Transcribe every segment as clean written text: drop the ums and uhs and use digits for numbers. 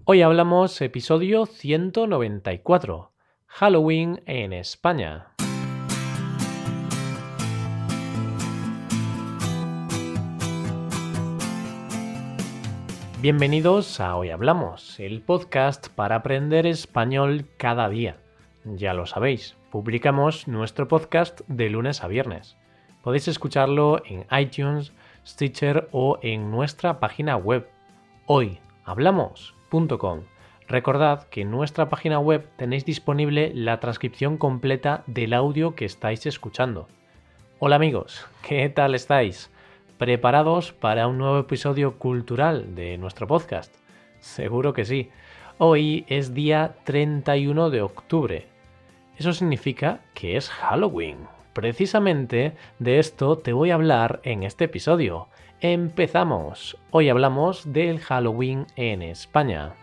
Hoy hablamos episodio 194, Halloween en España. Bienvenidos a Hoy Hablamos, el podcast para aprender español cada día. Ya lo sabéis, publicamos nuestro podcast de lunes a viernes. Podéis escucharlo en iTunes, Stitcher o en nuestra página web hoyhablamos.com. Recordad que en nuestra página web tenéis disponible la transcripción completa del audio que estáis escuchando. Hola amigos, ¿qué tal estáis? ¿Preparados para un nuevo episodio cultural de nuestro podcast? Seguro que sí. Hoy es día 31 de octubre. Eso significa que es Halloween. Precisamente de esto te voy a hablar en este episodio. ¡Empezamos! Hoy hablamos del Halloween en España.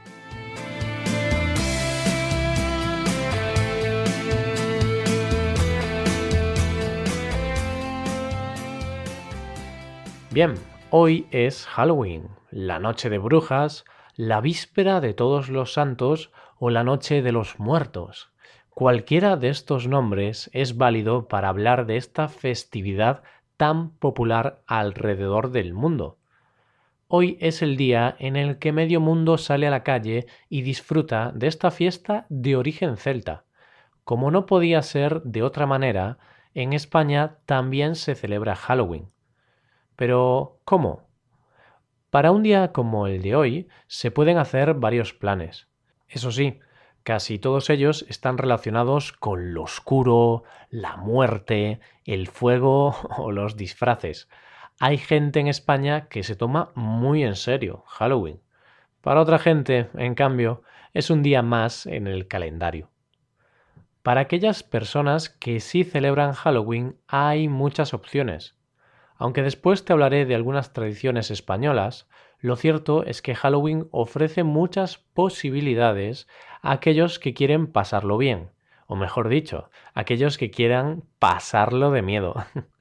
Bien, hoy es Halloween, la noche de brujas, la víspera de Todos los Santos o la noche de los muertos. Cualquiera de estos nombres es válido para hablar de esta festividad tan popular alrededor del mundo. Hoy es el día en el que medio mundo sale a la calle y disfruta de esta fiesta de origen celta. Como no podía ser de otra manera, en España también se celebra Halloween. Pero, ¿cómo? Para un día como el de hoy, se pueden hacer varios planes. Eso sí, casi todos ellos están relacionados con lo oscuro, la muerte, el fuego o los disfraces. Hay gente en España que se toma muy en serio Halloween. Para otra gente, en cambio, es un día más en el calendario. Para aquellas personas que sí celebran Halloween, hay muchas opciones. Aunque después te hablaré de algunas tradiciones españolas, lo cierto es que Halloween ofrece muchas posibilidades a aquellos que quieren pasarlo bien, o mejor dicho, a aquellos que quieran pasarlo de miedo.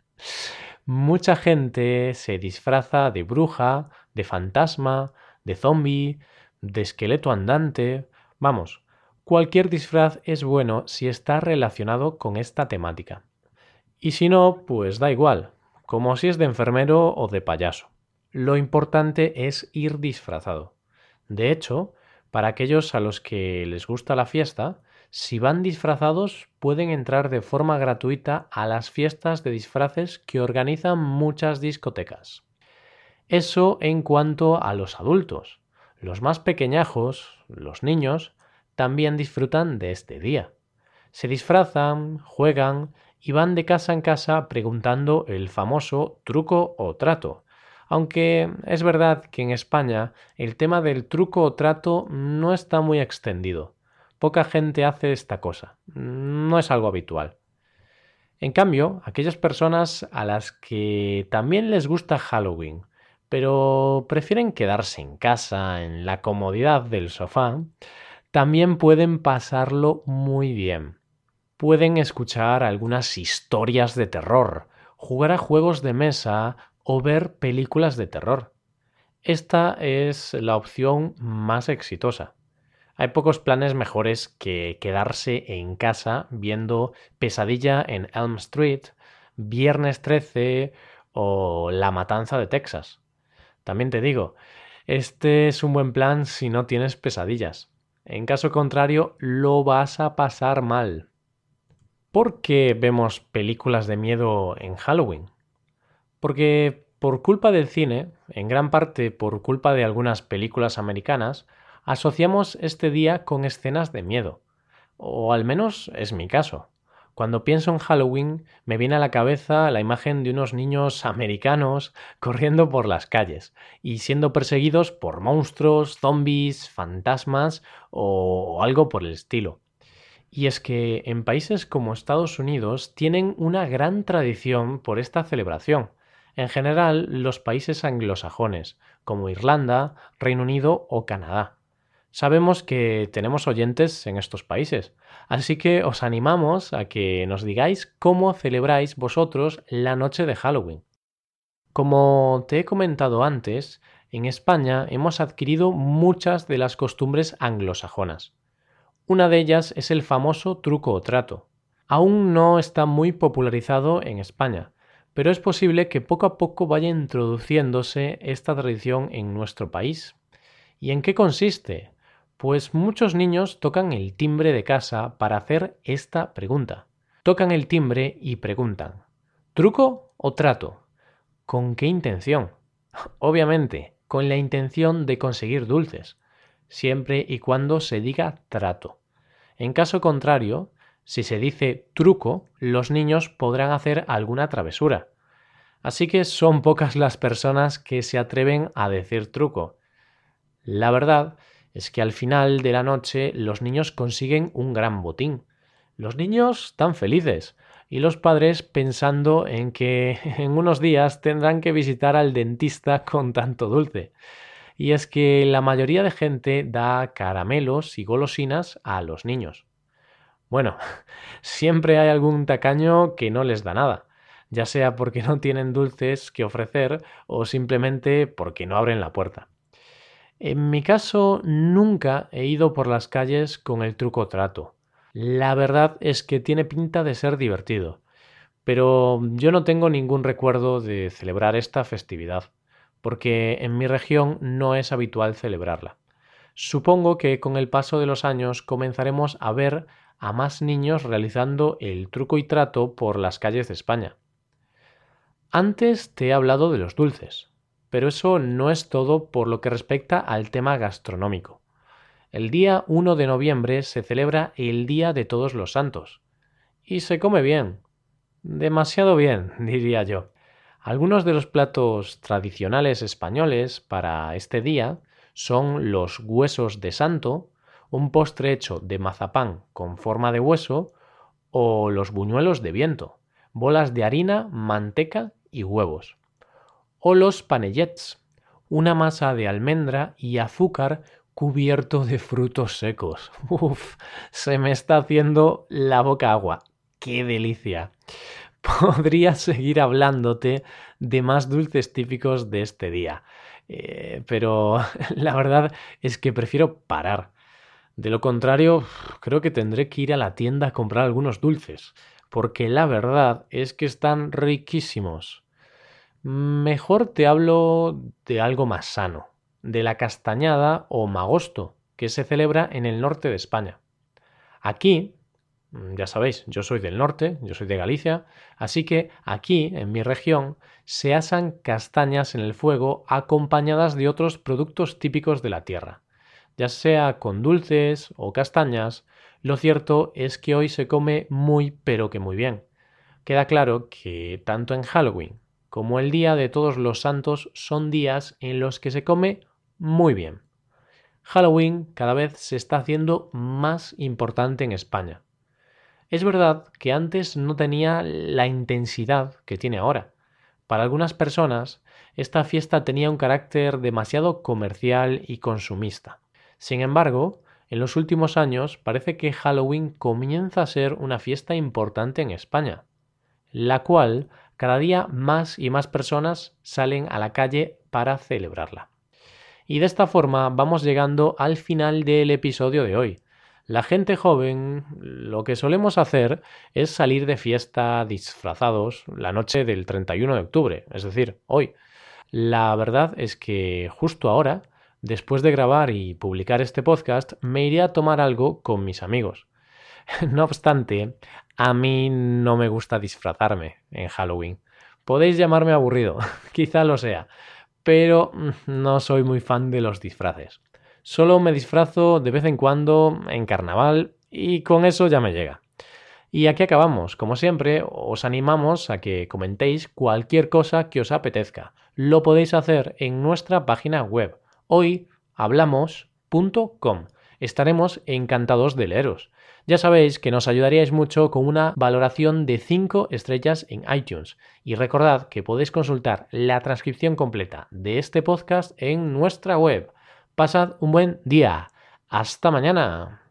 Mucha gente se disfraza de bruja, de fantasma, de zombie, de esqueleto andante. Vamos, cualquier disfraz es bueno si está relacionado con esta temática. Y si no, pues da igual, como si es de enfermero o de payaso. Lo importante es ir disfrazado. De hecho, para aquellos a los que les gusta la fiesta, si van disfrazados pueden entrar de forma gratuita a las fiestas de disfraces que organizan muchas discotecas. Eso en cuanto a los adultos. Los más pequeñajos, los niños, también disfrutan de este día. Se disfrazan, juegan y van de casa en casa preguntando el famoso truco o trato. Aunque es verdad que en España el tema del truco o trato no está muy extendido. Poca gente hace esta cosa. No es algo habitual. En cambio, aquellas personas a las que también les gusta Halloween, pero prefieren quedarse en casa, en la comodidad del sofá, también pueden pasarlo muy bien. Pueden escuchar algunas historias de terror, jugar a juegos de mesa o ver películas de terror. Esta es la opción más exitosa. Hay pocos planes mejores que quedarse en casa viendo Pesadilla en Elm Street, Viernes 13 o La Matanza de Texas. También te digo, este es un buen plan si no tienes pesadillas. En caso contrario, lo vas a pasar mal. ¿Por qué vemos películas de miedo en Halloween? Porque por culpa del cine, en gran parte por culpa de algunas películas americanas, asociamos este día con escenas de miedo. O al menos es mi caso. Cuando pienso en Halloween me viene a la cabeza la imagen de unos niños americanos corriendo por las calles y siendo perseguidos por monstruos, zombies, fantasmas o algo por el estilo. Y es que en países como Estados Unidos tienen una gran tradición por esta celebración. En general, los países anglosajones, como Irlanda, Reino Unido o Canadá. Sabemos que tenemos oyentes en estos países, así que os animamos a que nos digáis cómo celebráis vosotros la noche de Halloween. Como te he comentado antes, En España hemos adquirido muchas de las costumbres anglosajonas. Una de ellas es el famoso truco o trato. Aún no está muy popularizado en España, pero es posible que poco a poco vaya introduciéndose esta tradición en nuestro país. ¿Y en qué consiste? Pues muchos niños tocan el timbre de casa para hacer esta pregunta. Tocan el timbre y preguntan, ¿truco o trato? ¿Con qué intención? Obviamente, con la intención de conseguir dulces, siempre y cuando se diga trato. En caso contrario, si se dice truco, los niños podrán hacer alguna travesura. Así que son pocas las personas que se atreven a decir truco. La verdad es que al final de la noche los niños consiguen un gran botín. Los niños están felices y los padres pensando en que en unos días tendrán que visitar al dentista con tanto dulce. Y es que la mayoría de gente da caramelos y golosinas a los niños. Bueno, siempre hay algún tacaño que no les da nada, ya sea porque no tienen dulces que ofrecer o simplemente porque no abren la puerta. En mi caso, nunca he ido por las calles con el truco trato. La verdad es que tiene pinta de ser divertido, pero yo no tengo ningún recuerdo de celebrar esta festividad, porque en mi región no es habitual celebrarla. Supongo que con el paso de los años comenzaremos a ver a más niños realizando el truco y trato por las calles de España. Antes te he hablado de los dulces, pero eso no es todo por lo que respecta al tema gastronómico. El día 1 de noviembre se celebra el Día de Todos los Santos. Y se come bien. Demasiado bien, diría yo. Algunos de los platos tradicionales españoles para este día son los huesos de santo, un postre hecho de mazapán con forma de hueso, o los buñuelos de viento, bolas de harina, manteca y huevos. O los panellets, una masa de almendra y azúcar cubierto de frutos secos. Uf, se me está haciendo la boca agua. ¡Qué delicia! Podría seguir hablándote de más dulces típicos de este día, pero la verdad es que prefiero parar. De lo contrario, creo que tendré que ir a la tienda a comprar algunos dulces, porque la verdad es que están riquísimos. Mejor te hablo de algo más sano, de la castañada o magosto, que se celebra en el norte de España. Aquí, ya sabéis, yo soy del norte, yo soy de Galicia, así que aquí, en mi región, se asan castañas en el fuego acompañadas de otros productos típicos de la tierra. Ya sea con dulces o castañas, lo cierto es que hoy se come muy pero que muy bien. Queda claro que tanto en Halloween como el Día de Todos los Santos son días en los que se come muy bien. Halloween cada vez se está haciendo más importante en España. Es verdad que antes no tenía la intensidad que tiene ahora. Para algunas personas, esta fiesta tenía un carácter demasiado comercial y consumista. Sin embargo, en los últimos años parece que Halloween comienza a ser una fiesta importante en España, la cual cada día más y más personas salen a la calle para celebrarla. Y de esta forma vamos llegando al final del episodio de hoy. La gente joven lo que solemos hacer es salir de fiesta disfrazados la noche del 31 de octubre, es decir, hoy. La verdad es que justo ahora, después de grabar y publicar este podcast, me iré a tomar algo con mis amigos. No obstante, a mí no me gusta disfrazarme en Halloween. Podéis llamarme aburrido, quizá lo sea, pero no soy muy fan de los disfraces. Solo me disfrazo de vez en cuando en carnaval y con eso ya me llega. Y aquí acabamos. Como siempre, os animamos a que comentéis cualquier cosa que os apetezca. Lo podéis hacer en nuestra página web hoyhablamos.com. Estaremos encantados de leeros. Ya sabéis que nos ayudaríais mucho con una valoración de 5 estrellas en iTunes. Y recordad que podéis consultar la transcripción completa de este podcast en nuestra web. Pasad un buen día. ¡Hasta mañana!